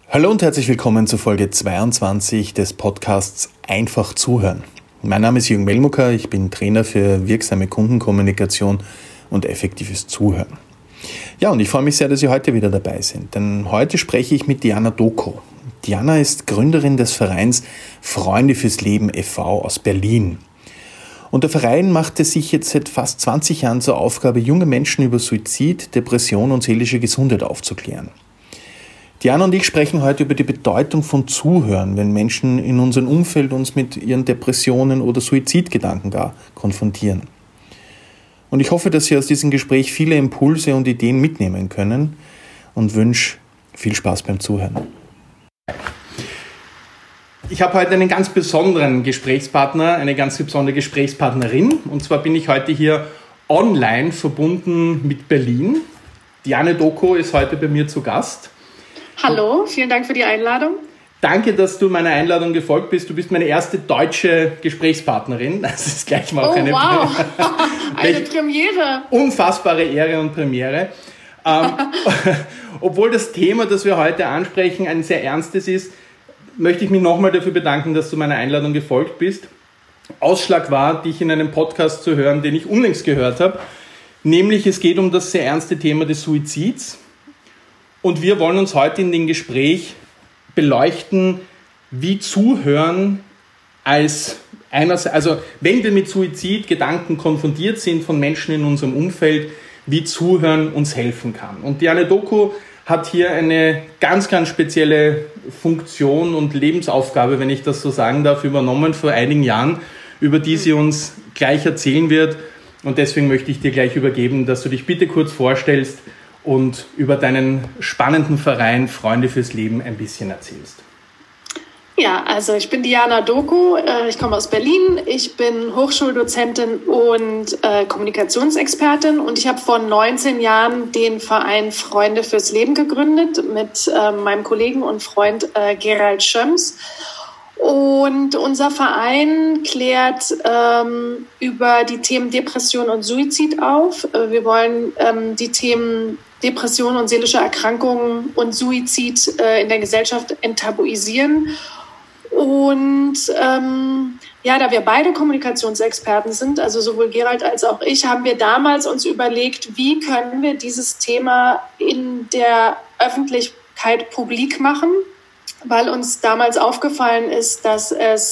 Hallo und herzlich willkommen zu Folge 22 des Podcasts Einfach zuhören. Mein Name ist Jürgen Melmucker, ich bin Trainer für wirksame Kundenkommunikation und effektives Zuhören. Ja, und ich freue mich sehr, dass Sie heute wieder dabei sind, denn heute spreche ich mit Diana Doko. Diana ist Gründerin des Vereins Freunde fürs Leben e.V. aus Berlin. Und der Verein macht es sich jetzt seit fast 20 Jahren zur Aufgabe, junge Menschen über Suizid, Depression und seelische Gesundheit aufzuklären. Diana und ich sprechen heute über die Bedeutung von Zuhören, wenn Menschen in unserem Umfeld uns mit ihren Depressionen oder Suizidgedanken gar konfrontieren. Und ich hoffe, dass Sie aus diesem Gespräch viele Impulse und Ideen mitnehmen können und wünsche viel Spaß beim Zuhören. Ich habe heute einen ganz besonderen Gesprächspartner, eine ganz besondere Gesprächspartnerin. Und zwar bin ich heute hier online verbunden mit Berlin. Diana Doko ist heute bei mir zu Gast. Hallo, vielen Dank für die Einladung. Danke, dass du meiner Einladung gefolgt bist. Du bist meine erste deutsche Gesprächspartnerin. Das ist gleich mal auch eine Premiere. Unfassbare Ehre und Premiere. Obwohl das Thema, das wir heute ansprechen, ein sehr ernstes ist, möchte ich mich nochmal dafür bedanken, dass du meiner Einladung gefolgt bist. Ausschlag war, dich in einem Podcast zu hören, den ich unlängst gehört habe. Nämlich, es geht um das sehr ernste Thema des Suizids. Und wir wollen uns heute in dem Gespräch beleuchten, wie Zuhören wenn wir mit Suizidgedanken konfrontiert sind von Menschen in unserem Umfeld, wie Zuhören uns helfen kann. Und Diana Doko hat hier eine ganz, ganz spezielle Funktion und Lebensaufgabe, wenn ich das so sagen darf, übernommen vor einigen Jahren, über die sie uns gleich erzählen wird. Und deswegen möchte ich dir gleich übergeben, dass du dich bitte kurz vorstellst und über deinen spannenden Verein Freunde fürs Leben ein bisschen erzählst. Ja, also ich bin Diana Doko, ich komme aus Berlin, ich bin Hochschuldozentin und Kommunikationsexpertin und ich habe vor 19 Jahren den Verein Freunde fürs Leben gegründet mit meinem Kollegen und Freund Gerald Schöms. Und unser Verein klärt über die Themen Depression und Suizid auf. Wir wollen die Themen Depression und seelische Erkrankungen und Suizid in der Gesellschaft enttabuisieren. Und da wir beide Kommunikationsexperten sind, also sowohl Gerald als auch ich, haben wir damals uns überlegt, wie können wir dieses Thema in der Öffentlichkeit publik machen, weil uns damals aufgefallen ist, dass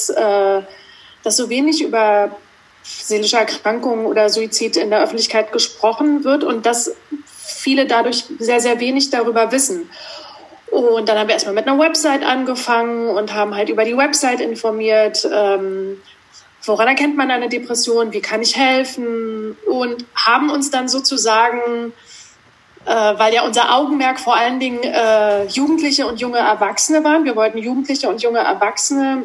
so wenig über seelische Erkrankungen oder Suizid in der Öffentlichkeit gesprochen wird und dass viele dadurch sehr, sehr wenig darüber wissen. Und dann haben wir erstmal mit einer Website angefangen und haben halt über die Website informiert, woran erkennt man eine Depression, wie kann ich helfen, und haben uns dann sozusagen, weil ja unser Augenmerk vor allen Dingen Jugendliche und junge Erwachsene waren, wir wollten Jugendliche und junge Erwachsene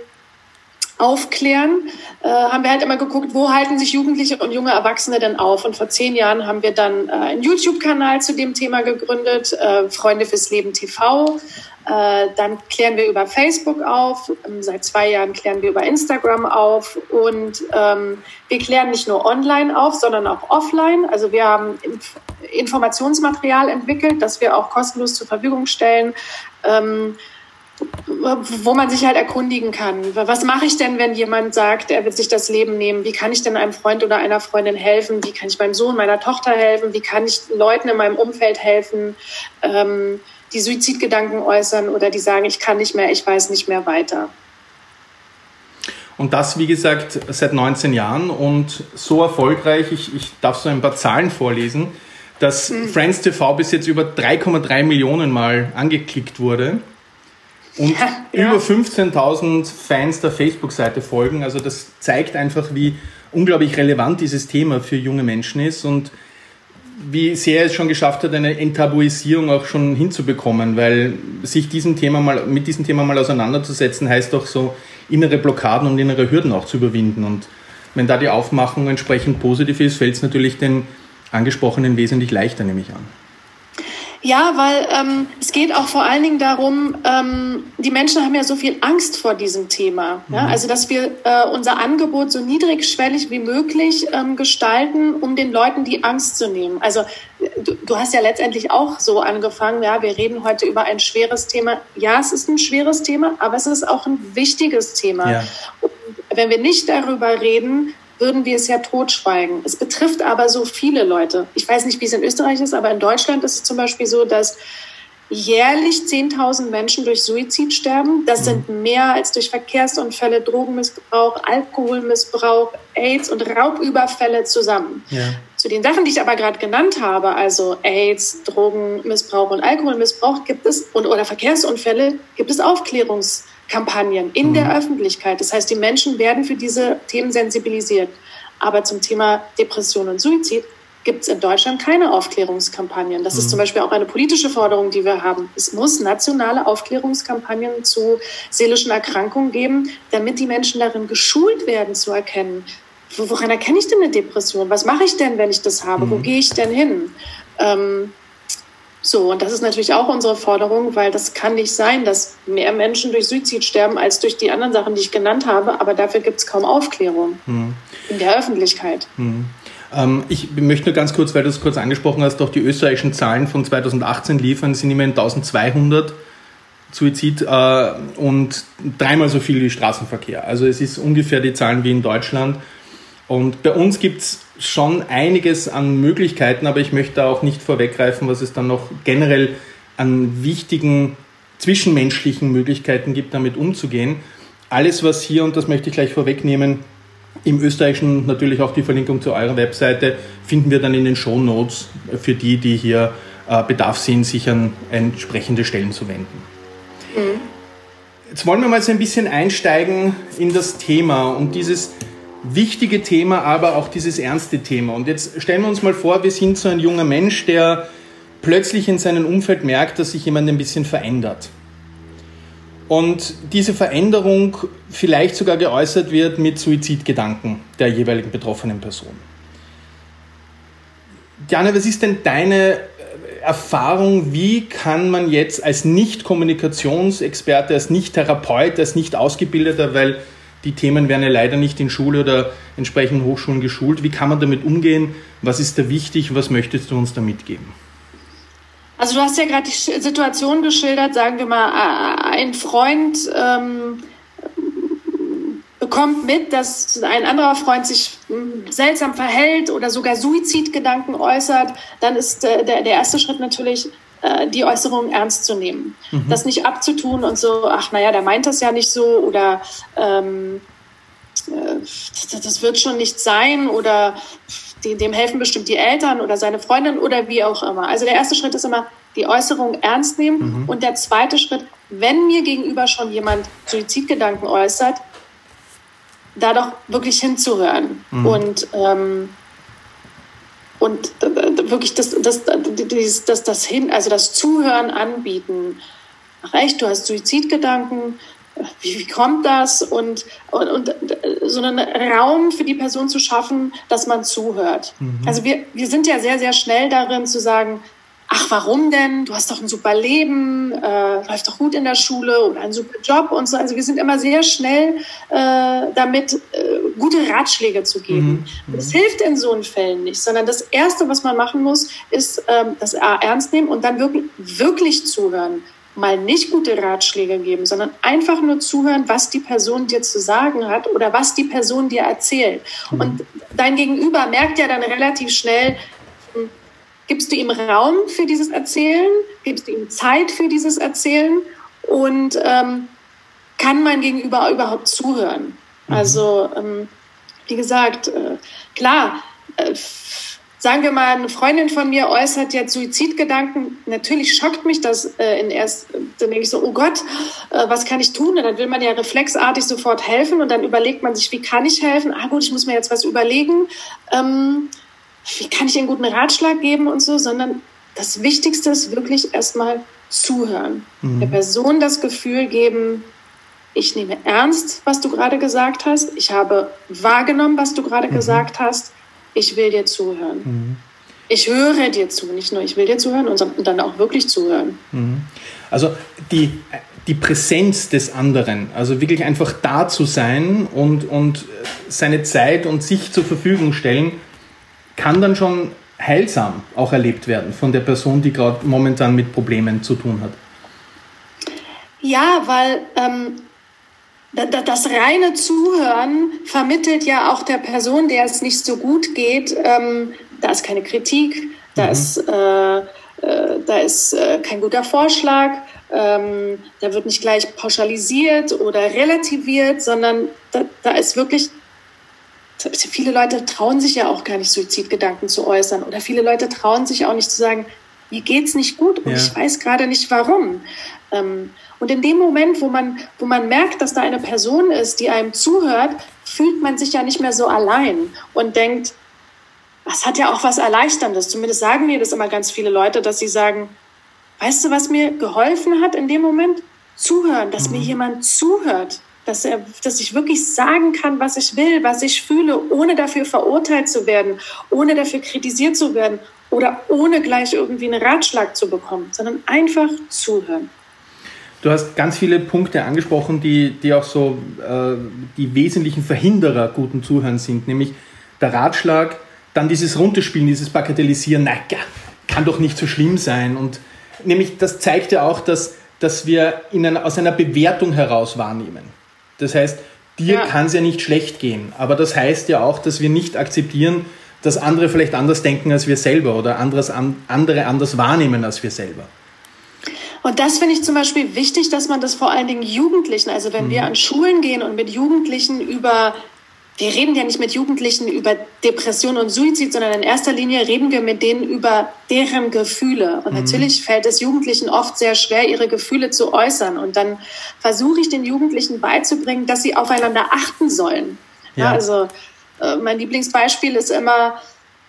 aufklären, haben wir halt immer geguckt, wo halten sich Jugendliche und junge Erwachsene denn auf. Und vor 10 Jahren haben wir dann einen YouTube-Kanal zu dem Thema gegründet, Freunde fürs Leben TV. Dann klären wir über Facebook auf. Seit 2 Jahren klären wir über Instagram auf. Und wir klären nicht nur online auf, sondern auch offline. Also wir haben Informationsmaterial entwickelt, das wir auch kostenlos zur Verfügung stellen, wo man sich halt erkundigen kann. Was mache ich denn, wenn jemand sagt, er wird sich das Leben nehmen? Wie kann ich denn einem Freund oder einer Freundin helfen? Wie kann ich meinem Sohn, meiner Tochter helfen? Wie kann ich Leuten in meinem Umfeld helfen, die Suizidgedanken äußern oder die sagen, ich kann nicht mehr, ich weiß nicht mehr weiter? Und das, wie gesagt, seit 19 Jahren und so erfolgreich, ich darf so ein paar Zahlen vorlesen, dass Friends TV bis jetzt über 3,3 Millionen Mal angeklickt wurde. Und über 15.000 Fans der Facebook-Seite folgen. Also das zeigt einfach, wie unglaublich relevant dieses Thema für junge Menschen ist und wie sehr es schon geschafft hat, eine Enttabuisierung auch schon hinzubekommen, weil sich mit diesem Thema mal auseinanderzusetzen, heißt doch so innere Blockaden und innere Hürden auch zu überwinden. Und wenn da die Aufmachung entsprechend positiv ist, fällt es natürlich den Angesprochenen wesentlich leichter, nehme ich an. Ja, weil es geht auch vor allen Dingen darum, die Menschen haben ja so viel Angst vor diesem Thema. Ja? Also, dass wir unser Angebot so niedrigschwellig wie möglich gestalten, um den Leuten die Angst zu nehmen. Also, du hast ja letztendlich auch so angefangen, ja, wir reden heute über ein schweres Thema. Ja, es ist ein schweres Thema, aber es ist auch ein wichtiges Thema. Ja. Und wenn wir nicht darüber reden, würden wir es ja totschweigen. Es betrifft aber so viele Leute. Ich weiß nicht, wie es in Österreich ist, aber in Deutschland ist es zum Beispiel so, dass jährlich 10.000 Menschen durch Suizid sterben. Das sind mehr als durch Verkehrsunfälle, Drogenmissbrauch, Alkoholmissbrauch, AIDS und Raubüberfälle zusammen. Ja. Zu den Sachen, die ich aber gerade genannt habe, also AIDS, Drogenmissbrauch und Alkoholmissbrauch oder Verkehrsunfälle, gibt es Aufklärungskampagnen in der Öffentlichkeit. Das heißt, die Menschen werden für diese Themen sensibilisiert. Aber zum Thema Depression und Suizid gibt es in Deutschland keine Aufklärungskampagnen. Das ist zum Beispiel auch eine politische Forderung, die wir haben. Es muss nationale Aufklärungskampagnen zu seelischen Erkrankungen geben, damit die Menschen darin geschult werden, zu erkennen, woran erkenne ich denn eine Depression? Was mache ich denn, wenn ich das habe? Wo gehe ich denn hin? Und das ist natürlich auch unsere Forderung, weil das kann nicht sein, dass mehr Menschen durch Suizid sterben als durch die anderen Sachen, die ich genannt habe, aber dafür gibt es kaum Aufklärung in der Öffentlichkeit. Ich möchte nur ganz kurz, weil du es kurz angesprochen hast, auch die österreichischen Zahlen von 2018 liefern, sind immerhin 1200 Suizid und 3-mal so viel wie Straßenverkehr. Also es ist ungefähr die Zahlen wie in Deutschland. Und bei uns gibt es schon einiges an Möglichkeiten, aber ich möchte auch nicht vorweggreifen, was es dann noch generell an wichtigen zwischenmenschlichen Möglichkeiten gibt, damit umzugehen. Alles, was hier, und das möchte ich gleich vorwegnehmen, im Österreichischen, natürlich auch die Verlinkung zu eurer Webseite, finden wir dann in den Shownotes für die hier Bedarf sehen, sich an entsprechende Stellen zu wenden. Jetzt wollen wir mal so ein bisschen einsteigen in das Thema und dieses wichtige Thema, aber auch dieses ernste Thema. Und jetzt stellen wir uns mal vor, wir sind so ein junger Mensch, der plötzlich in seinem Umfeld merkt, dass sich jemand ein bisschen verändert. Und diese Veränderung vielleicht sogar geäußert wird mit Suizidgedanken der jeweiligen betroffenen Person. Diana, was ist denn deine Erfahrung? Wie kann man jetzt als Nicht-Kommunikationsexperte, als Nicht-Therapeut, als Nicht-Ausgebildeter, weil die Themen werden ja leider nicht in Schule oder entsprechenden Hochschulen geschult, wie kann man damit umgehen? Was ist da wichtig? Was möchtest du uns da mitgeben? Also du hast ja gerade die Situation geschildert, sagen wir mal, ein Freund bekommt mit, dass ein anderer Freund sich seltsam verhält oder sogar Suizidgedanken äußert. Dann ist der erste Schritt natürlich, die Äußerung ernst zu nehmen. Das nicht abzutun und so, ach naja, der meint das ja nicht so oder das wird schon nicht sein oder dem helfen bestimmt die Eltern oder seine Freundin oder wie auch immer. Also der erste Schritt ist immer, die Äußerung ernst nehmen und der zweite Schritt, wenn mir gegenüber schon jemand Suizidgedanken äußert, da doch wirklich hinzuhören und wirklich das Zuhören anbieten. Ach echt, du hast Suizidgedanken, wie kommt das? Und so einen Raum für die Person zu schaffen, dass man zuhört. Also wir sind ja sehr, sehr schnell darin zu sagen, ach, warum denn? Du hast doch ein super Leben, läuft doch gut in der Schule oder einen super Job und so. Also wir sind immer sehr schnell damit, gute Ratschläge zu geben. Das hilft in so Fällen nicht, sondern das Erste, was man machen muss, ist das ernst nehmen und dann wirklich zuhören. Mal nicht gute Ratschläge geben, sondern einfach nur zuhören, was die Person dir zu sagen hat oder was die Person dir erzählt. Und dein Gegenüber merkt ja dann relativ schnell, gibst du ihm Raum für dieses Erzählen, gibst du ihm Zeit für dieses Erzählen und kann mein Gegenüber überhaupt zuhören? Also, wie gesagt, klar, sagen wir mal, eine Freundin von mir äußert jetzt Suizidgedanken. Natürlich schockt mich das dann denke ich so, oh Gott, was kann ich tun? Und dann will man ja reflexartig sofort helfen und dann überlegt man sich, wie kann ich helfen? Ah gut, ich muss mir jetzt was überlegen. Wie kann ich einen guten Ratschlag geben und so? Sondern das Wichtigste ist wirklich erstmal zuhören. Der Person das Gefühl geben, ich nehme ernst, was du gerade gesagt hast. Ich habe wahrgenommen, was du gerade gesagt hast. Ich will dir zuhören. ich höre dir zu, nicht nur ich will dir zuhören, sondern dann auch wirklich zuhören. Also die Präsenz des anderen, also wirklich einfach da zu sein und seine Zeit und sich zur Verfügung stellen, kann dann schon heilsam auch erlebt werden von der Person, die gerade momentan mit Problemen zu tun hat. Ja, weil das reine Zuhören vermittelt ja auch der Person, der es nicht so gut geht, da ist keine Kritik, da ist kein guter Vorschlag, da wird nicht gleich pauschalisiert oder relativiert, sondern da ist wirklich, viele Leute trauen sich ja auch gar nicht, Suizidgedanken zu äußern, oder viele Leute trauen sich auch nicht zu sagen, mir geht's nicht gut und ich weiß gerade nicht warum. Und in dem Moment, wo man merkt, dass da eine Person ist, die einem zuhört, fühlt man sich ja nicht mehr so allein und denkt, das hat ja auch was Erleichterndes. Zumindest sagen mir das immer ganz viele Leute, dass sie sagen, weißt du, was mir geholfen hat in dem Moment? Zuhören, dass mir jemand zuhört, dass ich wirklich sagen kann, was ich will, was ich fühle, ohne dafür verurteilt zu werden, ohne dafür kritisiert zu werden oder ohne gleich irgendwie einen Ratschlag zu bekommen, sondern einfach zuhören. Du hast ganz viele Punkte angesprochen, die auch so die wesentlichen Verhinderer guten Zuhörens sind, nämlich der Ratschlag, dann dieses Runterspielen, dieses Bagatellisieren, na, kann doch nicht so schlimm sein. Und nämlich das zeigt ja auch, dass wir aus einer Bewertung heraus wahrnehmen. Das heißt, dir kann es ja nicht schlecht gehen, aber das heißt ja auch, dass wir nicht akzeptieren, dass andere vielleicht anders denken als wir selber oder andere anders wahrnehmen als wir selber. Und das finde ich zum Beispiel wichtig, dass man das vor allen Dingen Jugendlichen, also wenn wir an Schulen gehen und mit Jugendlichen wir reden ja nicht mit Jugendlichen über Depression und Suizid, sondern in erster Linie reden wir mit denen über deren Gefühle. Und natürlich fällt es Jugendlichen oft sehr schwer, ihre Gefühle zu äußern. Und dann versuche ich den Jugendlichen beizubringen, dass sie aufeinander achten sollen. Ja, also mein Lieblingsbeispiel ist immer,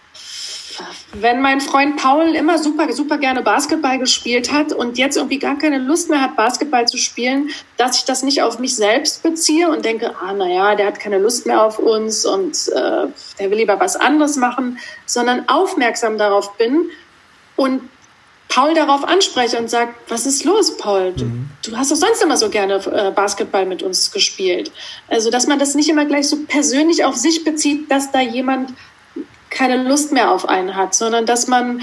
wenn mein Freund Paul immer super, super gerne Basketball gespielt hat und jetzt irgendwie gar keine Lust mehr hat, Basketball zu spielen, dass ich das nicht auf mich selbst beziehe und denke, der hat keine Lust mehr auf uns und der will lieber was anderes machen, sondern aufmerksam darauf bin und Paul darauf anspreche und sage, was ist los, Paul? Du hast doch sonst immer so gerne Basketball mit uns gespielt. Also, dass man das nicht immer gleich so persönlich auf sich bezieht, dass da jemand keine Lust mehr auf einen hat, sondern dass man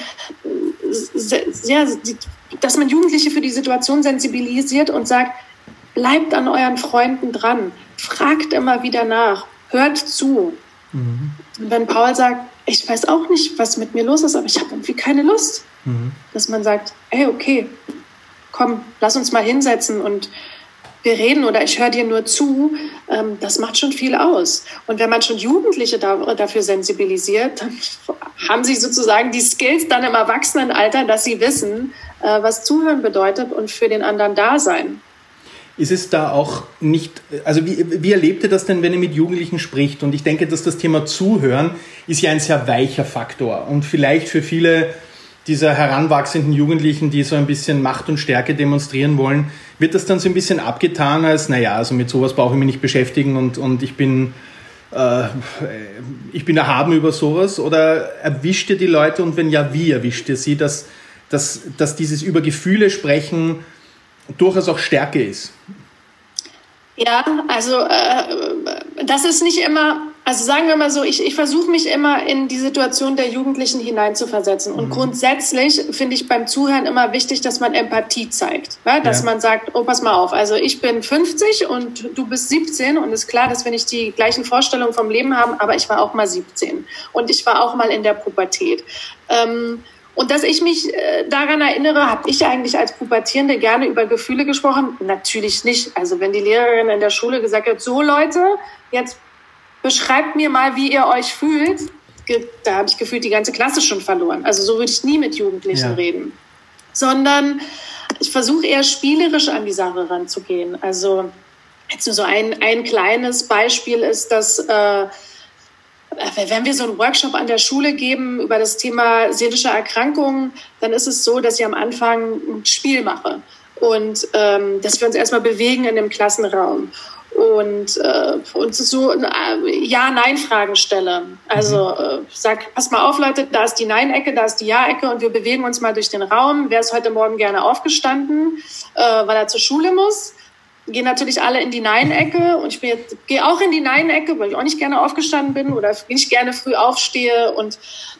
Jugendliche für die Situation sensibilisiert und sagt, bleibt an euren Freunden dran, fragt immer wieder nach, hört zu. Und wenn Paul sagt, ich weiß auch nicht, was mit mir los ist, aber ich habe irgendwie keine Lust, dass man sagt, hey, okay, komm, lass uns mal hinsetzen und wir reden oder ich höre dir nur zu, das macht schon viel aus. Und wenn man schon Jugendliche dafür sensibilisiert, dann haben sie sozusagen die Skills dann im Erwachsenenalter, dass sie wissen, was Zuhören bedeutet und für den anderen da sein. Ist es da auch nicht, also wie erlebt ihr das denn, wenn ihr mit Jugendlichen spricht? Und ich denke, dass das Thema Zuhören ist ja ein sehr weicher Faktor und vielleicht für viele dieser heranwachsenden Jugendlichen, die so ein bisschen Macht und Stärke demonstrieren wollen, wird das dann so ein bisschen abgetan als, also mit sowas brauche ich mich nicht beschäftigen und ich bin erhaben über sowas? Oder erwischt ihr die Leute und wenn ja, wie erwischt ihr sie, dass dieses über Gefühle sprechen durchaus auch Stärke ist? Ja, also das ist nicht immer, also sagen wir mal so, ich versuche mich immer in die Situation der Jugendlichen hineinzuversetzen. Und grundsätzlich finde ich beim Zuhören immer wichtig, dass man Empathie zeigt. Ja? Dass man sagt, oh, pass mal auf, also ich bin 50 und du bist 17 und ist klar, dass wir nicht die gleichen Vorstellungen vom Leben haben, aber ich war auch mal 17 und ich war auch mal in der Pubertät. Und dass ich mich daran erinnere, habe ich eigentlich als Pubertierende gerne über Gefühle gesprochen? Natürlich nicht. Also wenn die Lehrerin in der Schule gesagt hat, so Leute, jetzt beschreibt mir mal, wie ihr euch fühlt, da habe ich gefühlt die ganze Klasse schon verloren. Also so würde ich nie mit Jugendlichen reden. Sondern ich versuche eher spielerisch an die Sache ranzugehen. Also jetzt nur so ein kleines Beispiel ist, dass wenn wir so einen Workshop an der Schule geben über das Thema seelische Erkrankungen, dann ist es so, dass ich am Anfang ein Spiel mache und dass wir uns erstmal bewegen in dem Klassenraum. und so Ja-Nein-Fragen stelle. Also sag, pass mal auf, Leute, da ist die Nein-Ecke, da ist die Ja-Ecke und wir bewegen uns mal durch den Raum. Wer ist heute Morgen gerne aufgestanden, weil er zur Schule muss? Gehen natürlich alle in die Nein-Ecke und ich gehe auch in die Nein-Ecke, weil ich auch nicht gerne aufgestanden bin oder nicht gerne früh aufstehe. Und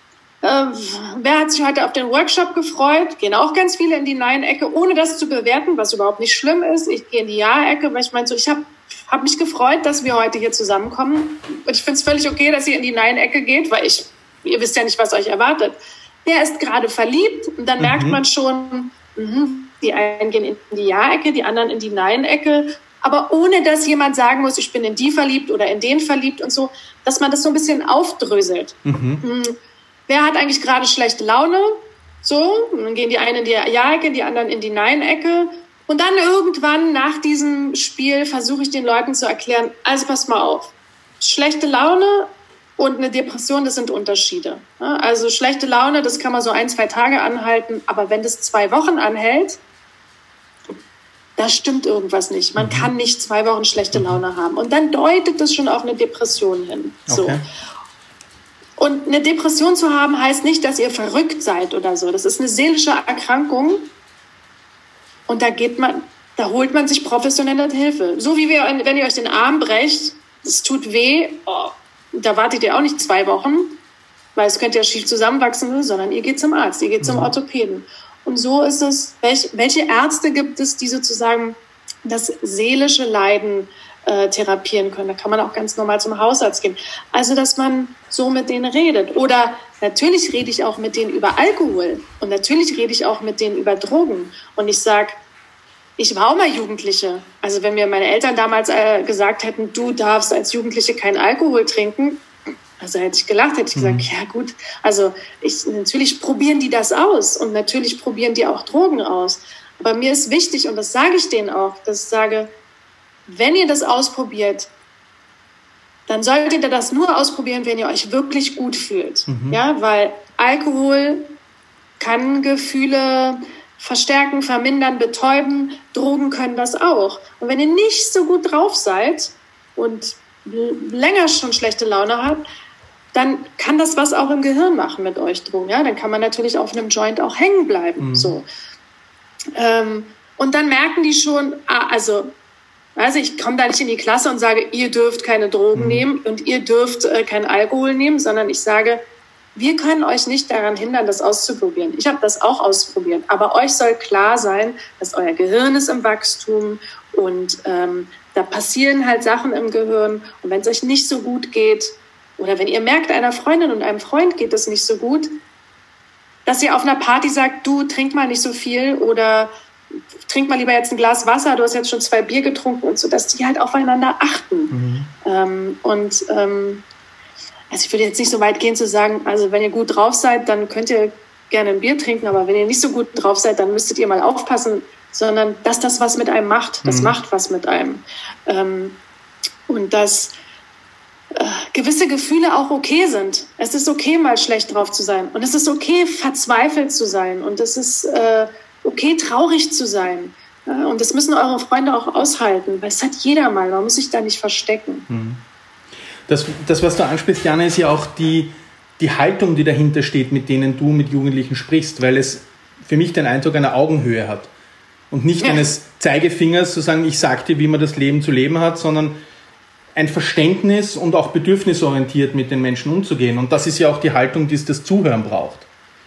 wer hat sich heute auf den Workshop gefreut? Gehen auch ganz viele in die Nein-Ecke, ohne das zu bewerten, was überhaupt nicht schlimm ist. Ich gehe in die Ja-Ecke, weil ich meine, so, ich habe mich gefreut, dass wir heute hier zusammenkommen. Und ich finde es völlig okay, dass ihr in die Nein-Ecke geht, weil ihr wisst ja nicht, was euch erwartet. Der ist gerade verliebt und dann merkt man schon, die einen gehen in die Ja-Ecke, die anderen in die Nein-Ecke, aber ohne, dass jemand sagen muss, ich bin in die verliebt oder in den verliebt und so, dass man das so ein bisschen aufdröselt. Wer hat eigentlich gerade schlechte Laune? So, und dann gehen die einen in die Ja-Ecke, die anderen in die Nein-Ecke. Und dann irgendwann nach diesem Spiel versuche ich den Leuten zu erklären, also pass mal auf, schlechte Laune und eine Depression, das sind Unterschiede. Also schlechte Laune, das kann man so 1-2 Tage anhalten, aber wenn das 2 Wochen anhält, da stimmt irgendwas nicht. Man kann nicht 2 Wochen schlechte Laune haben. Und dann deutet das schon auf eine Depression hin. So. Okay. Und eine Depression zu haben, heißt nicht, dass ihr verrückt seid oder so. Das ist eine seelische Erkrankung. Und da holt man sich professionelle Hilfe. So wie wenn ihr euch den Arm brecht, es tut weh, da wartet ihr auch nicht 2 Wochen, weil es könnte ja schief zusammenwachsen, sondern ihr geht zum Arzt, ihr geht zum Orthopäden. Und so ist es, welche Ärzte gibt es, die sozusagen das seelische Leiden therapieren können? Da kann man auch ganz normal zum Hausarzt gehen. Also, dass man so mit denen redet. Oder natürlich rede ich auch mit denen über Alkohol. Und natürlich rede ich auch mit denen über Drogen. Und ich sage, ich war auch mal Jugendliche. Also wenn mir meine Eltern damals gesagt hätten, du darfst als Jugendliche keinen Alkohol trinken, also hätte ich gelacht, hätte ich gesagt, ja gut, also natürlich probieren die das aus und natürlich probieren die auch Drogen aus. Aber mir ist wichtig, und das sage ich denen auch, dass ich sage, wenn ihr das ausprobiert, dann solltet ihr das nur ausprobieren, wenn ihr euch wirklich gut fühlt. Ja, weil Alkohol kann Gefühle verstärken, vermindern, betäuben. Drogen können das auch. Und wenn ihr nicht so gut drauf seid und länger schon schlechte Laune habt, dann kann das was auch im Gehirn machen mit euch, Drogen. Ja? Dann kann man natürlich auf einem Joint auch hängen bleiben. So. Und dann merken die schon, also ich komme da nicht in die Klasse und sage, ihr dürft keine Drogen nehmen und ihr dürft keinen Alkohol nehmen, sondern ich sage, wir können euch nicht daran hindern, das auszuprobieren. Ich habe das auch ausprobiert. Aber euch soll klar sein, dass euer Gehirn ist im Wachstum und da passieren halt Sachen im Gehirn. Und wenn es euch nicht so gut geht oder wenn ihr merkt, einer Freundin und einem Freund geht es nicht so gut, dass ihr auf einer Party sagt, du trink mal nicht so viel oder trink mal lieber jetzt ein Glas Wasser, du hast jetzt schon 2 Bier getrunken und so, dass die halt aufeinander achten. Also ich würde jetzt nicht so weit gehen zu sagen, also wenn ihr gut drauf seid, dann könnt ihr gerne ein Bier trinken, aber wenn ihr nicht so gut drauf seid, dann müsstet ihr mal aufpassen, sondern dass das was mit einem macht, das macht was mit einem. Und dass gewisse Gefühle auch okay sind. Es ist okay, mal schlecht drauf zu sein. Und es ist okay, verzweifelt zu sein. Und es ist okay, traurig zu sein. Und das müssen eure Freunde auch aushalten, weil es hat jeder mal. Man muss sich da nicht verstecken. Das, was du ansprichst, Jana, ist ja auch die Haltung, die dahinter steht, mit denen du mit Jugendlichen sprichst, weil es für mich den Eindruck einer Augenhöhe hat. Und nicht eines Zeigefingers zu sagen, ich sag dir, wie man das Leben zu leben hat, sondern ein Verständnis und auch bedürfnisorientiert mit den Menschen umzugehen. Und das ist ja auch die Haltung, die es das Zuhören braucht.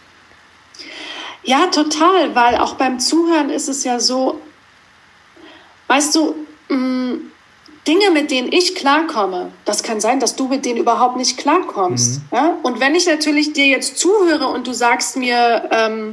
Ja, total, weil auch beim Zuhören ist es ja so, weißt du, Dinge, mit denen ich klarkomme, das kann sein, dass du mit denen überhaupt nicht klarkommst. Ja? Und wenn ich natürlich dir jetzt zuhöre und du sagst mir,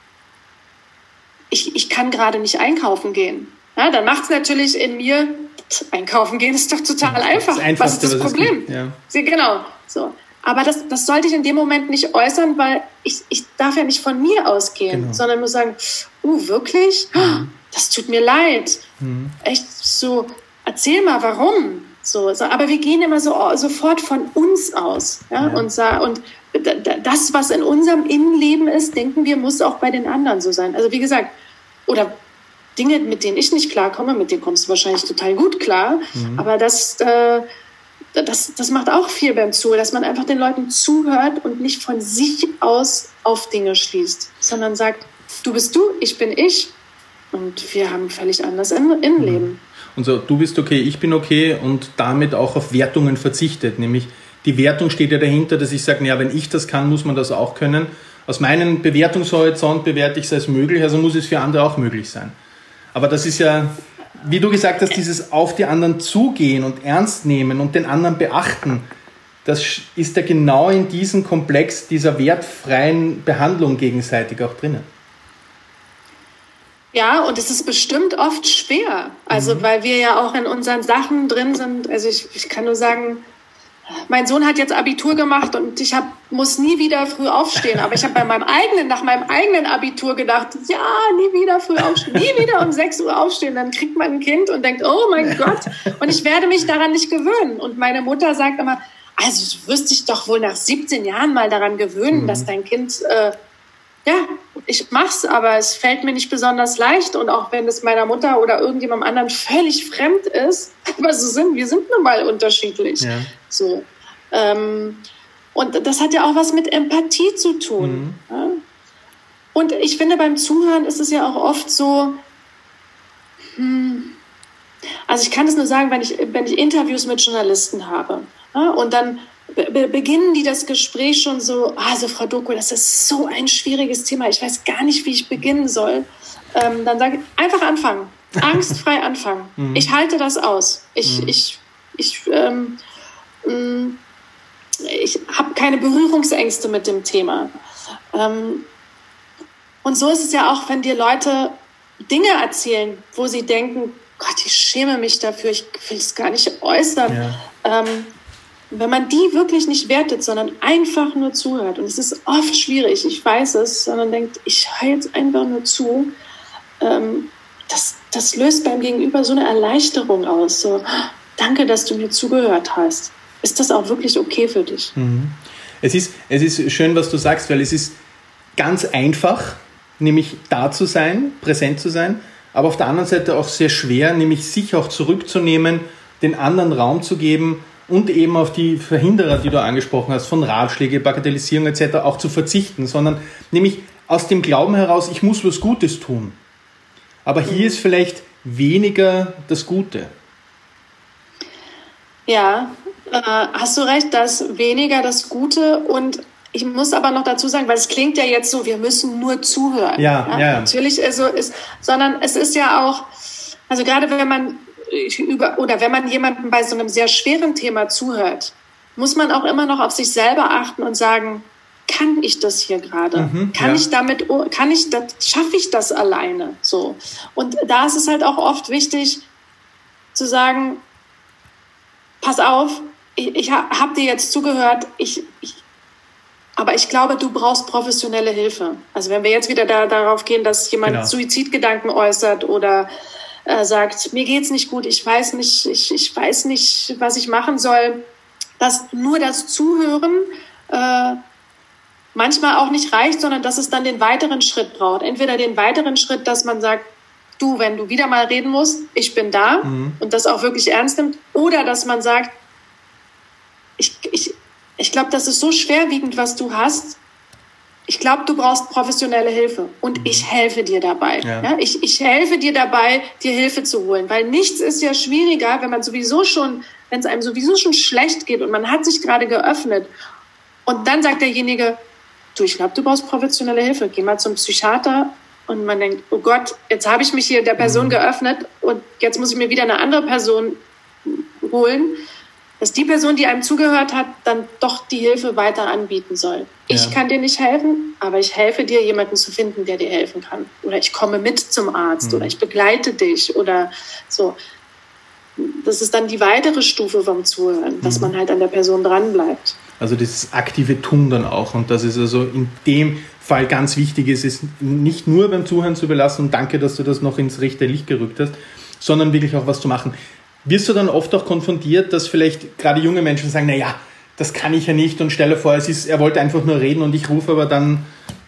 ich kann gerade nicht einkaufen gehen, ja, dann macht es natürlich in mir, einkaufen gehen ist doch total einfach. Was ist das Problem? Ja. Genau. So. Aber das sollte ich in dem Moment nicht äußern, weil ich darf ja nicht von mir ausgehen, sondern nur sagen, wirklich? Das tut mir leid. Echt so, erzähl mal, warum? So, aber wir gehen immer sofort von uns aus. Ja? Und das, was in unserem Innenleben ist, denken wir, muss auch bei den anderen so sein. Also wie gesagt, oder Dinge, mit denen ich nicht klarkomme, mit denen kommst du wahrscheinlich total gut klar. Aber das macht auch viel beim Zuhören, dass man einfach den Leuten zuhört und nicht von sich aus auf Dinge schließt, sondern sagt, du bist du, ich bin ich und wir haben völlig anders Innenleben. Und so, du bist okay, ich bin okay und damit auch auf Wertungen verzichtet, nämlich die Wertung steht ja dahinter, dass ich sage, wenn ich das kann, muss man das auch können. Aus meinem Bewertungshorizont bewerte ich es als möglich, also muss es für andere auch möglich sein. Aber das ist ja, wie du gesagt hast, dieses auf die anderen zugehen und ernst nehmen und den anderen beachten, das ist ja genau in diesem Komplex dieser wertfreien Behandlung gegenseitig auch drinnen. Ja, und es ist bestimmt oft schwer, also weil wir ja auch in unseren Sachen drin sind. Also ich kann nur sagen, mein Sohn hat jetzt Abitur gemacht und ich muss nie wieder früh aufstehen. Aber ich habe nach meinem eigenen Abitur gedacht, ja, nie wieder früh aufstehen, nie wieder um 6 Uhr aufstehen. Dann kriegt man ein Kind und denkt, oh mein Gott. Und ich werde mich daran nicht gewöhnen. Und meine Mutter sagt immer, also du wirst dich doch wohl nach 17 Jahren mal daran gewöhnen, dass dein Kind, ich mach's, aber es fällt mir nicht besonders leicht. Und auch wenn es meiner Mutter oder irgendjemandem anderen völlig fremd ist, aber wir sind nun mal unterschiedlich. Ja. So. Und das hat ja auch was mit Empathie zu tun. Ja? Und ich finde, beim Zuhören ist es ja auch oft so, also ich kann es nur sagen, wenn ich Interviews mit Journalisten habe, ja, und dann beginnen die das Gespräch schon so, also Frau Doko, das ist so ein schwieriges Thema, ich weiß gar nicht, wie ich beginnen soll. Dann sage ich, einfach anfangen, angstfrei anfangen. Ich halte das aus. Ich habe keine Berührungsängste mit dem Thema. Und so ist es ja auch, wenn dir Leute Dinge erzählen, wo sie denken, Gott, ich schäme mich dafür, ich will es gar nicht äußern. Ja. Wenn man die wirklich nicht wertet, sondern einfach nur zuhört, und es ist oft schwierig, ich weiß es, sondern denkt, ich höre jetzt einfach nur zu, das löst beim Gegenüber so eine Erleichterung aus. So, danke, dass du mir zugehört hast. Ist das auch wirklich okay für dich? Es ist schön, was du sagst, weil es ist ganz einfach, nämlich da zu sein, präsent zu sein, aber auf der anderen Seite auch sehr schwer, nämlich sich auch zurückzunehmen, den anderen Raum zu geben und eben auf die Verhinderer, die du angesprochen hast, von Ratschläge, Bagatellisierung etc. auch zu verzichten, sondern nämlich aus dem Glauben heraus, ich muss was Gutes tun. Aber hier ist vielleicht weniger das Gute. Ja, hast du recht, dass weniger das Gute, und ich muss aber noch dazu sagen, weil es klingt ja jetzt so, wir müssen nur zuhören. Ja. Natürlich, sondern es ist ja auch, also gerade wenn man jemandem bei so einem sehr schweren Thema zuhört, muss man auch immer noch auf sich selber achten und sagen, kann ich das hier gerade? Schaffe ich das alleine? So. Und da ist es halt auch oft wichtig zu sagen, pass auf, ich habe dir jetzt zugehört, aber ich glaube, du brauchst professionelle Hilfe. Also wenn wir jetzt wieder darauf gehen, dass jemand Suizidgedanken äußert oder sagt, mir geht's nicht gut, ich weiß nicht, was ich machen soll, dass nur das Zuhören manchmal auch nicht reicht, sondern dass es dann den weiteren Schritt braucht. Entweder den weiteren Schritt, dass man sagt, du, wenn du wieder mal reden musst, ich bin da und das auch wirklich ernst nimmt, oder dass man sagt, ich glaube, das ist so schwerwiegend, was du hast. Ich glaube, du brauchst professionelle Hilfe und ich helfe dir dabei. Ja. Ja, ich helfe dir dabei, dir Hilfe zu holen, weil nichts ist ja schwieriger, wenn es einem sowieso schon schlecht geht und man hat sich gerade geöffnet und dann sagt derjenige, du, ich glaube, du brauchst professionelle Hilfe, geh mal zum Psychiater, und man denkt, oh Gott, jetzt habe ich mich hier der Person geöffnet und jetzt muss ich mir wieder eine andere Person holen, dass die Person, die einem zugehört hat, dann doch die Hilfe weiter anbieten soll. Ich kann dir nicht helfen, aber ich helfe dir, jemanden zu finden, der dir helfen kann. Oder ich komme mit zum Arzt oder ich begleite dich oder so. Das ist dann die weitere Stufe vom Zuhören, dass man halt an der Person dranbleibt. Also das aktive Tun dann auch. Und das ist also in dem Fall ganz wichtig, ist nicht nur beim Zuhören zu belassen, und danke, dass du das noch ins rechte Licht gerückt hast, sondern wirklich auch was zu machen. Wirst du dann oft auch konfrontiert, dass vielleicht gerade junge Menschen sagen, naja, das kann ich ja nicht, und stell dir vor, er wollte einfach nur reden und ich rufe aber dann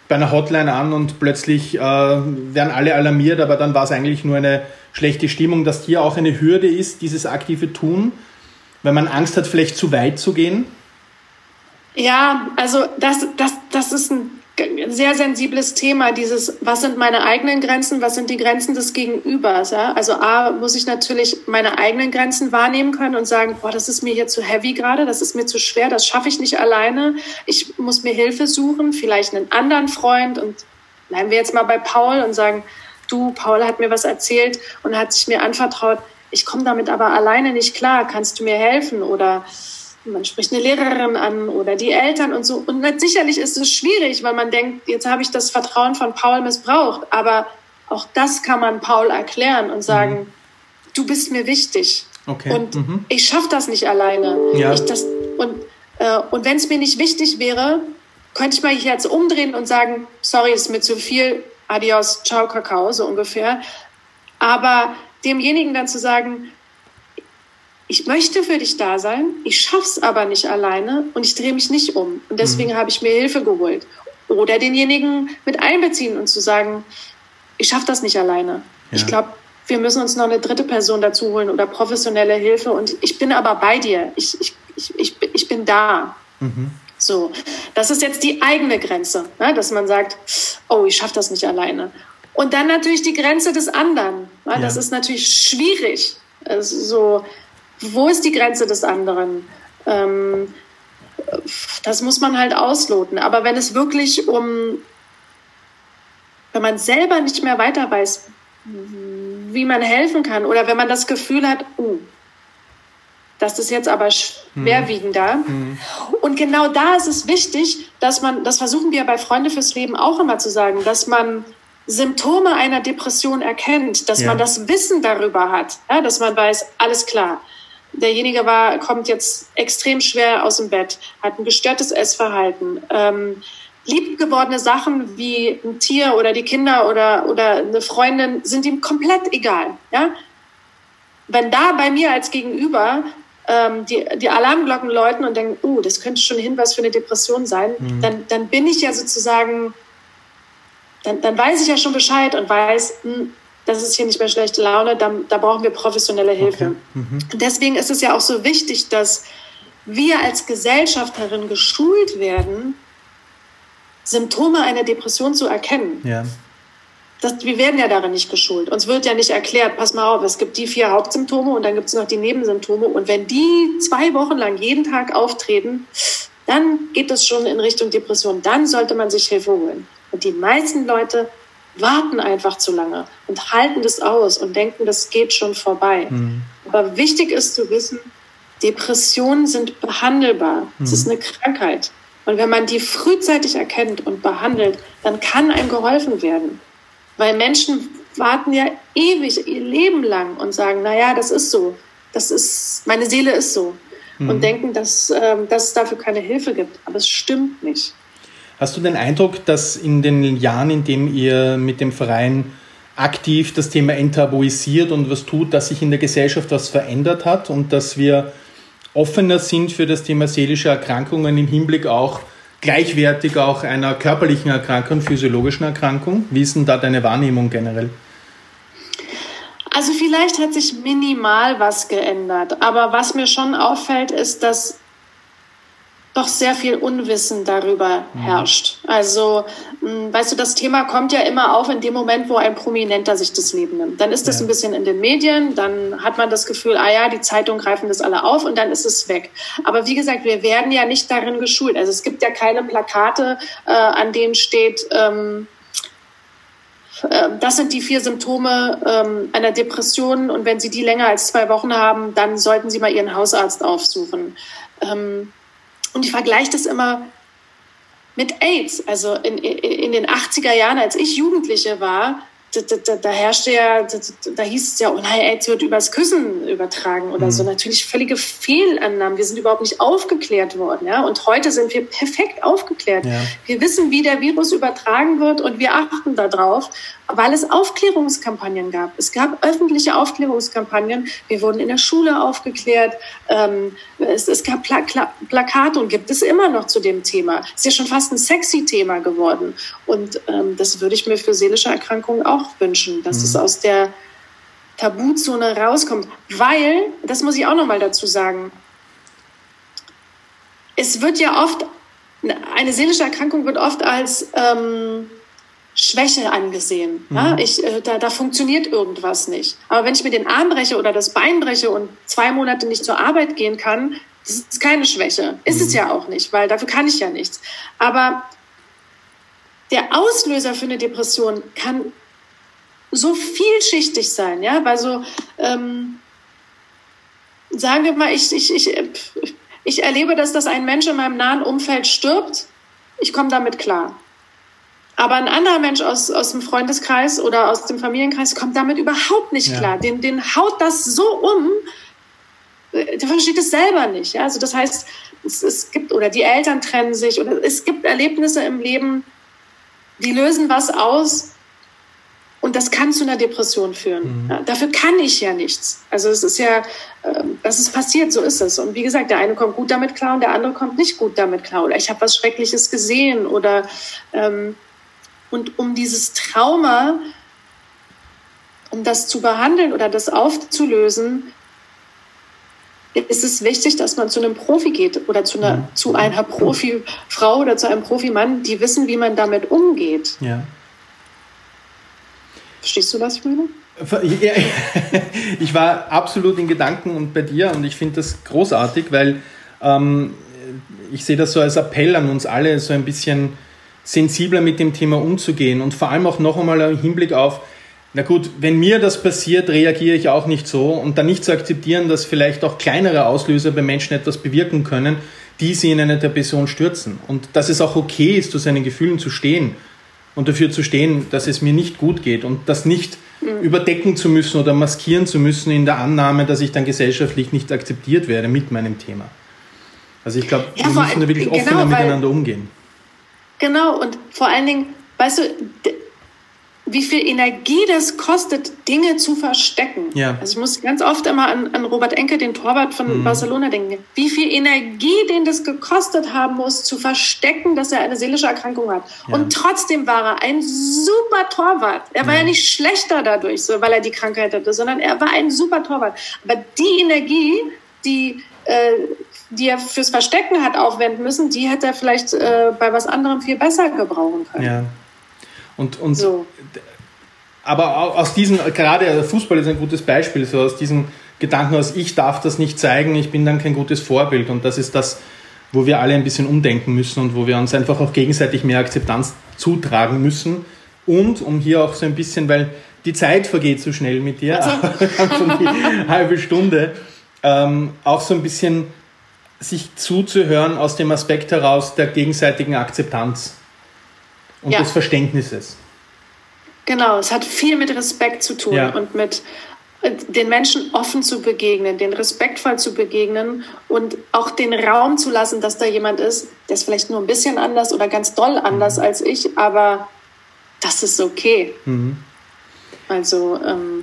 bei einer Hotline an und plötzlich werden alle alarmiert, aber dann war es eigentlich nur eine schlechte Stimmung, dass hier auch eine Hürde ist, dieses aktive Tun, weil man Angst hat, vielleicht zu weit zu gehen? Ja, also das ist ein sehr sensibles Thema, dieses, was sind meine eigenen Grenzen, was sind die Grenzen des Gegenübers. Ja? Also muss ich natürlich meine eigenen Grenzen wahrnehmen können und sagen, boah, das ist mir hier zu heavy gerade, das ist mir zu schwer, das schaffe ich nicht alleine, ich muss mir Hilfe suchen, vielleicht einen anderen Freund, und bleiben wir jetzt mal bei Paul und sagen, du, Paul hat mir was erzählt und hat sich mir anvertraut, ich komme damit aber alleine nicht klar, kannst du mir helfen? Oder man spricht eine Lehrerin an oder die Eltern und so. Und sicherlich ist es schwierig, weil man denkt, jetzt habe ich das Vertrauen von Paul missbraucht. Aber auch das kann man Paul erklären und sagen, du bist mir wichtig. Okay. Und ich schaffe das nicht alleine. Ja. Und wenn es mir nicht wichtig wäre, könnte ich mal jetzt umdrehen und sagen, sorry, ist mir zu viel, adios, ciao, Kakao, so ungefähr. Aber demjenigen dann zu sagen, ich möchte für dich da sein, ich schaff's aber nicht alleine und ich drehe mich nicht um. Und deswegen habe ich mir Hilfe geholt. Oder denjenigen mit einbeziehen und zu sagen, ich schaffe das nicht alleine. Ja. Ich glaube, wir müssen uns noch eine dritte Person dazu holen oder professionelle Hilfe. Und ich bin aber bei dir. Ich bin da. So, das ist jetzt die eigene Grenze, ne? Dass man sagt, oh, ich schaffe das nicht alleine. Und dann natürlich die Grenze des anderen. Ne? Ja. Das ist natürlich schwierig. Also so, wo ist die Grenze des anderen? Das muss man halt ausloten. Aber wenn es wirklich wenn man selber nicht mehr weiter weiß, wie man helfen kann, oder wenn man das Gefühl hat, das ist jetzt aber schwerwiegender. Und genau da ist es wichtig, dass man, das versuchen wir bei Freunde fürs Leben auch immer zu sagen, dass man Symptome einer Depression erkennt, dass man das Wissen darüber hat, ja, dass man weiß, alles klar, derjenige kommt jetzt extrem schwer aus dem Bett, hat ein gestörtes Essverhalten, liebgewordene Sachen wie ein Tier oder die Kinder oder eine Freundin sind ihm komplett egal. Ja? Wenn da bei mir als Gegenüber die Alarmglocken läuten und denken, das könnte schon Hinweis für eine Depression sein, dann bin ich ja sozusagen, dann weiß ich ja schon Bescheid und weiß, das ist hier nicht mehr schlechte Laune, da brauchen wir professionelle Hilfe. Okay. Deswegen ist es ja auch so wichtig, dass wir als Gesellschaft darin geschult werden, Symptome einer Depression zu erkennen. Ja. Wir werden ja darin nicht geschult. Uns wird ja nicht erklärt, pass mal auf, es gibt die 4 Hauptsymptome und dann gibt es noch die Nebensymptome. Und wenn die 2 Wochen lang jeden Tag auftreten, dann geht es schon in Richtung Depression. Dann sollte man sich Hilfe holen. Und die meisten Leute warten einfach zu lange und halten das aus und denken, das geht schon vorbei. Aber wichtig ist zu wissen, Depressionen sind behandelbar. Es ist eine Krankheit. Und wenn man die frühzeitig erkennt und behandelt, dann kann einem geholfen werden. Weil Menschen warten ja ewig, ihr Leben lang und sagen, naja, das ist so. Meine Seele ist so. Und denken, dass es dafür keine Hilfe gibt. Aber es stimmt nicht. Hast du den Eindruck, dass in den Jahren, in denen ihr mit dem Verein aktiv das Thema enttabuisiert und was tut, dass sich in der Gesellschaft was verändert hat und dass wir offener sind für das Thema seelische Erkrankungen im Hinblick auch gleichwertig auch einer körperlichen Erkrankung, physiologischen Erkrankung? Wie ist denn da deine Wahrnehmung generell? Also vielleicht hat sich minimal was geändert, aber was mir schon auffällt, ist, dass doch sehr viel Unwissen darüber herrscht. Also, weißt du, das Thema kommt ja immer auf in dem Moment, wo ein Prominenter sich das Leben nimmt. Dann ist das ein bisschen in den Medien, dann hat man das Gefühl, die Zeitungen greifen das alle auf und dann ist es weg. Aber wie gesagt, wir werden ja nicht darin geschult. Also es gibt ja keine Plakate, an denen steht, das sind die 4 Symptome einer Depression und wenn Sie die länger als 2 Wochen haben, dann sollten Sie mal Ihren Hausarzt aufsuchen. Und ich vergleiche das immer mit AIDS. Also in den 80er Jahren, als ich Jugendliche war, da herrschte ja, da hieß es ja, oh nein, AIDS wird übers Küssen übertragen oder so. Natürlich völlige Fehlannahmen. Wir sind überhaupt nicht aufgeklärt worden. Ja? Und heute sind wir perfekt aufgeklärt. Ja. Wir wissen, wie der Virus übertragen wird und wir achten darauf, weil es Aufklärungskampagnen gab. Es gab öffentliche Aufklärungskampagnen. Wir wurden in der Schule aufgeklärt. Es gab Plakate und gibt es immer noch zu dem Thema. Es ist ja schon fast ein sexy Thema geworden. Und das würde ich mir für seelische Erkrankungen auch wünschen, dass es aus der Tabuzone rauskommt. Weil, das muss ich auch noch mal dazu sagen, es wird ja oft, eine seelische Erkrankung wird oft als Schwäche angesehen. Ja? Da funktioniert irgendwas nicht. Aber wenn ich mir den Arm breche oder das Bein breche und 2 Monate nicht zur Arbeit gehen kann, das ist keine Schwäche. Ist es ja auch nicht, weil dafür kann ich ja nichts. Aber der Auslöser für eine Depression kann so vielschichtig sein, ja, weil so, sagen wir mal, ich erlebe, dass ein Mensch in meinem nahen Umfeld stirbt, ich komme damit klar. Aber ein anderer Mensch aus dem Freundeskreis oder aus dem Familienkreis kommt damit überhaupt nicht klar. Den haut das so um, der versteht es selber nicht. Ja? Also das heißt, es gibt, oder die Eltern trennen sich, oder es gibt Erlebnisse im Leben, die lösen was aus und das kann zu einer Depression führen. Ja, dafür kann ich ja nichts. Also es ist ja, das ist passiert, so ist es. Und wie gesagt, der eine kommt gut damit klar und der andere kommt nicht gut damit klar. Oder ich habe was Schreckliches gesehen. Oder und um dieses Trauma, um das zu behandeln oder das aufzulösen, ist es wichtig, dass man zu einem Profi geht oder zu einer Profifrau oder zu einem Profimann, die wissen, wie man damit umgeht. Ja. Verstehst du, was ich meine? Ja, ich war absolut in Gedanken und bei dir und ich finde das großartig, weil ich sehe das so als Appell an uns alle, so ein bisschen sensibler mit dem Thema umzugehen und vor allem auch noch einmal im Hinblick auf, na gut, wenn mir das passiert, reagiere ich auch nicht so und dann nicht zu akzeptieren, dass vielleicht auch kleinere Auslöser bei Menschen etwas bewirken können, die sie in eine Depression stürzen und dass es auch okay ist, zu seinen Gefühlen zu stehen und dafür zu stehen, dass es mir nicht gut geht und das nicht überdecken zu müssen oder maskieren zu müssen in der Annahme, dass ich dann gesellschaftlich nicht akzeptiert werde mit meinem Thema. Also ich glaube, wir müssen da wirklich offener miteinander umgehen. Genau, und vor allen Dingen, weißt du, wie viel Energie das kostet, Dinge zu verstecken. Ja. Also ich muss ganz oft immer an Robert Enke, den Torwart von Barcelona, denken. Wie viel Energie den das gekostet haben muss, zu verstecken, dass er eine seelische Erkrankung hat. Ja. Und trotzdem war er ein super Torwart. Er war ja nicht schlechter dadurch, so, weil er die Krankheit hatte, sondern er war ein super Torwart. Aber die Energie, die er fürs Verstecken hat aufwenden müssen, die hätte er vielleicht bei was anderem viel besser gebrauchen können. Ja. Und so. Aber aus diesem, gerade der Fußball ist ein gutes Beispiel, so aus diesem Gedanken aus, ich darf das nicht zeigen, ich bin dann kein gutes Vorbild und das ist das, wo wir alle ein bisschen umdenken müssen und wo wir uns einfach auch gegenseitig mehr Akzeptanz zutragen müssen und um hier auch so ein bisschen, weil die Zeit vergeht so schnell mit dir, schon die halbe Stunde, auch so ein bisschen sich zuzuhören aus dem Aspekt heraus der gegenseitigen Akzeptanz und des Verständnisses. Genau, es hat viel mit Respekt zu tun und mit den Menschen offen zu begegnen, den respektvoll zu begegnen und auch den Raum zu lassen, dass da jemand ist, der ist vielleicht nur ein bisschen anders oder ganz doll anders als ich, aber das ist okay. Also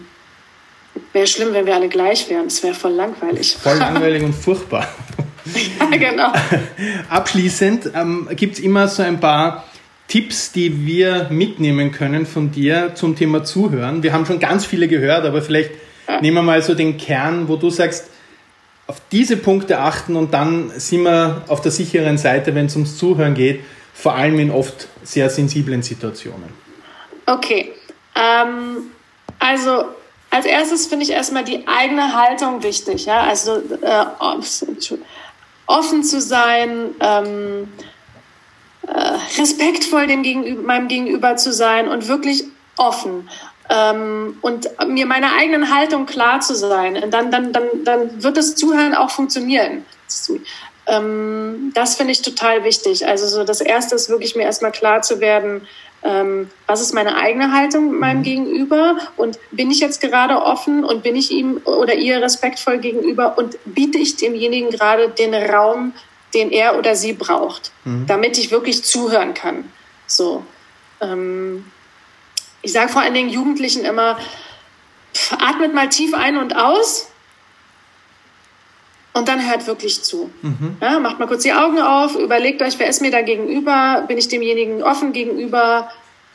wäre schlimm, wenn wir alle gleich wären. Das wäre voll langweilig. Voll langweilig und furchtbar. Ja, genau. Abschließend gibt es immer so ein paar Tipps, die wir mitnehmen können von dir zum Thema Zuhören. Wir haben schon ganz viele gehört, aber vielleicht nehmen wir mal so den Kern, wo du sagst, auf diese Punkte achten und dann sind wir auf der sicheren Seite, wenn es ums Zuhören geht, vor allem in oft sehr sensiblen Situationen. Okay, also als erstes finde ich erstmal die eigene Haltung wichtig. Ja? Also offen zu sein, respektvoll meinem Gegenüber zu sein und wirklich offen und mir meiner eigenen Haltung klar zu sein. Und dann wird das Zuhören auch funktionieren. Das finde ich total wichtig. Also so das Erste ist wirklich mir erstmal klar zu werden, was ist meine eigene Haltung mit meinem Gegenüber und bin ich jetzt gerade offen und bin ich ihm oder ihr respektvoll gegenüber und biete ich demjenigen gerade den Raum, den er oder sie braucht, damit ich wirklich zuhören kann. So, ich sage vor allen Dingen Jugendlichen immer, atmet mal tief ein und aus und dann hört wirklich zu. Ja, macht mal kurz die Augen auf, überlegt euch, wer ist mir da gegenüber, bin ich demjenigen offen gegenüber,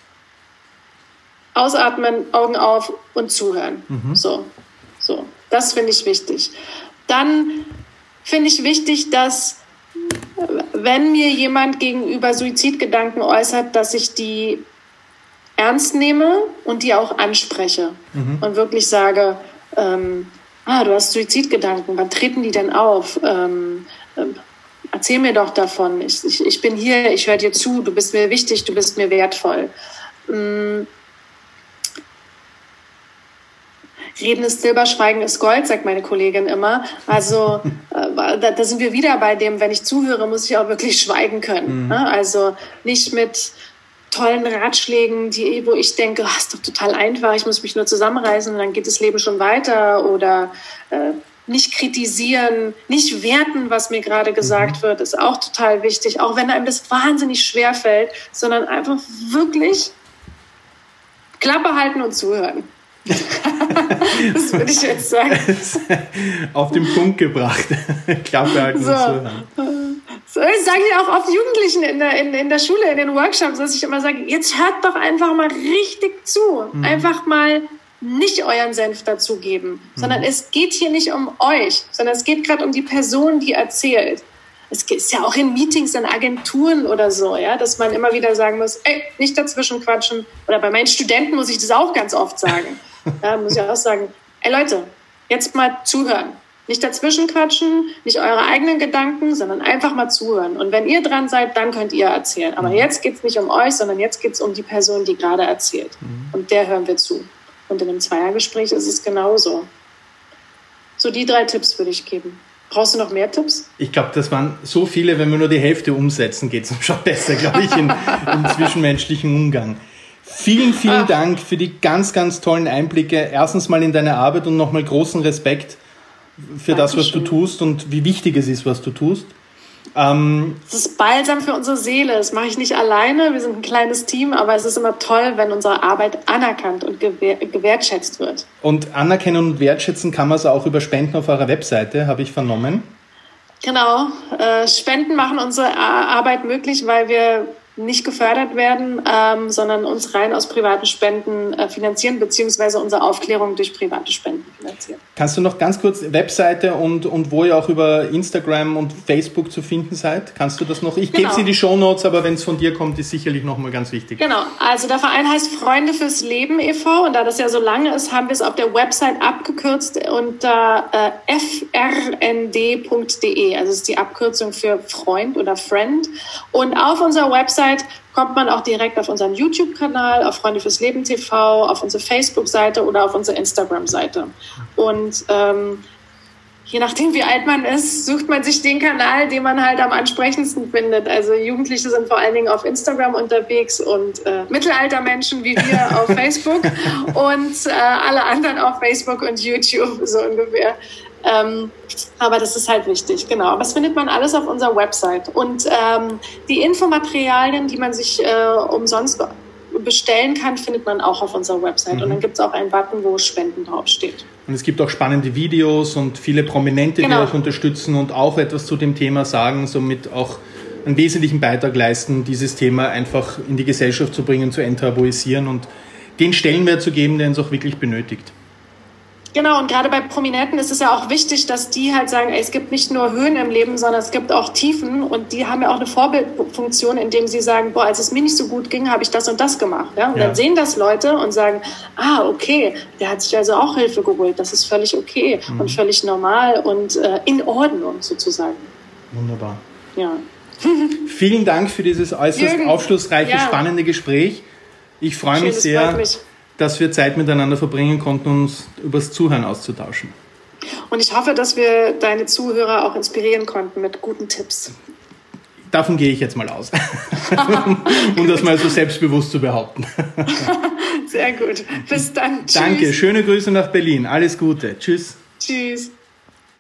ausatmen, Augen auf und zuhören. So, das finde ich wichtig. Dann finde ich wichtig, dass wenn mir jemand gegenüber Suizidgedanken äußert, dass ich die ernst nehme und die auch anspreche und wirklich sage, du hast Suizidgedanken, wann treten die denn auf? Erzähl mir doch davon. Ich bin hier, ich höre dir zu, du bist mir wichtig, du bist mir wertvoll. Reden ist Silber, Schweigen ist Gold, sagt meine Kollegin immer. Also da sind wir wieder bei dem, wenn ich zuhöre, muss ich auch wirklich schweigen können. Also nicht mit tollen Ratschlägen, wo ich denke, ist doch total einfach, ich muss mich nur zusammenreißen und dann geht das Leben schon weiter. Oder nicht kritisieren, nicht werten, was mir gerade gesagt wird, ist auch total wichtig, auch wenn einem das wahnsinnig schwer fällt, sondern einfach wirklich Klappe halten und zuhören. Das würde ich jetzt sagen. Auf den Punkt gebracht. Klappe halten und zuhören. So, das sage ich auch oft Jugendlichen in der Schule, in den Workshops, dass ich immer sage, jetzt hört doch einfach mal richtig zu. Einfach mal nicht euren Senf dazugeben, sondern es geht hier nicht um euch, sondern es geht gerade um die Person, die erzählt. Es ist ja auch in Meetings, in Agenturen oder so, ja, dass man immer wieder sagen muss, nicht dazwischen quatschen. Oder bei meinen Studenten muss ich das auch ganz oft sagen. Ja, muss ich auch sagen, Leute, jetzt mal zuhören. Nicht dazwischen quatschen, nicht eure eigenen Gedanken, sondern einfach mal zuhören. Und wenn ihr dran seid, dann könnt ihr erzählen. Aber jetzt geht es nicht um euch, sondern jetzt geht es um die Person, die gerade erzählt. Und der hören wir zu. Und in einem Zweiergespräch ist es genauso. So, die 3 Tipps würde ich geben. Brauchst du noch mehr Tipps? Ich glaube, das waren so viele, wenn wir nur die Hälfte umsetzen, geht es uns schon besser, glaube ich, im zwischenmenschlichen Umgang. Vielen Dank für die ganz, ganz tollen Einblicke. Erstens mal in deine Arbeit und nochmal großen Respekt für das, was du tust und wie wichtig es ist, was du tust. Es ist balsam für unsere Seele. Das mache ich nicht alleine. Wir sind ein kleines Team, aber es ist immer toll, wenn unsere Arbeit anerkannt und gewertschätzt wird. Und anerkennen und wertschätzen kann man es auch über Spenden auf eurer Webseite, habe ich vernommen. Genau. Spenden machen unsere Arbeit möglich, weil wir nicht gefördert werden, sondern uns rein aus privaten Spenden finanzieren, beziehungsweise unsere Aufklärung durch private Spenden finanzieren. Kannst du noch ganz kurz Webseite und wo ihr auch über Instagram und Facebook zu finden seid? Kannst du das noch? Ich gebe sie in die Shownotes, aber wenn es von dir kommt, ist sicherlich nochmal ganz wichtig. Genau, also der Verein heißt Freunde fürs Leben e.V. und da das ja so lange ist, haben wir es auf der Website abgekürzt unter frnd.de. Also das ist die Abkürzung für Freund oder Friend. Und auf unserer Website kommt man auch direkt auf unseren YouTube-Kanal, auf Freunde fürs Leben TV, auf unsere Facebook-Seite oder auf unsere Instagram-Seite. Und je nachdem, wie alt man ist, sucht man sich den Kanal, den man halt am ansprechendsten findet. Also Jugendliche sind vor allen Dingen auf Instagram unterwegs und Mittelaltermenschen wie wir auf Facebook und alle anderen auf Facebook und YouTube, so ungefähr. Aber das ist halt wichtig, genau. Aber das findet man alles auf unserer Website. Und die Infomaterialien, die man sich umsonst bestellen kann, findet man auch auf unserer Website. Und dann gibt es auch einen Button, wo Spenden draufsteht. Und es gibt auch spannende Videos und viele Prominente, die euch unterstützen und auch etwas zu dem Thema sagen, somit auch einen wesentlichen Beitrag leisten, dieses Thema einfach in die Gesellschaft zu bringen, zu enttabuisieren und den Stellenwert zu geben, der uns auch wirklich benötigt. Genau, und gerade bei Prominenten ist es ja auch wichtig, dass die halt sagen, es gibt nicht nur Höhen im Leben, sondern es gibt auch Tiefen und die haben ja auch eine Vorbildfunktion, indem sie sagen, als es mir nicht so gut ging, habe ich das und das gemacht. Ja? Und dann sehen das Leute und sagen, okay, der hat sich also auch Hilfe geholt, das ist völlig okay und völlig normal und in Ordnung sozusagen. Wunderbar. Ja. Vielen Dank für dieses äußerst aufschlussreiche, spannende Gespräch. Ich freue mich sehr, dass wir Zeit miteinander verbringen konnten, uns über das Zuhören auszutauschen. Und ich hoffe, dass wir deine Zuhörer auch inspirieren konnten mit guten Tipps. davon gehe ich jetzt mal aus. Um das mal so selbstbewusst zu behaupten. Sehr gut. Bis dann. Tschüss. Danke. Schöne Grüße nach Berlin. Alles Gute. Tschüss. Tschüss.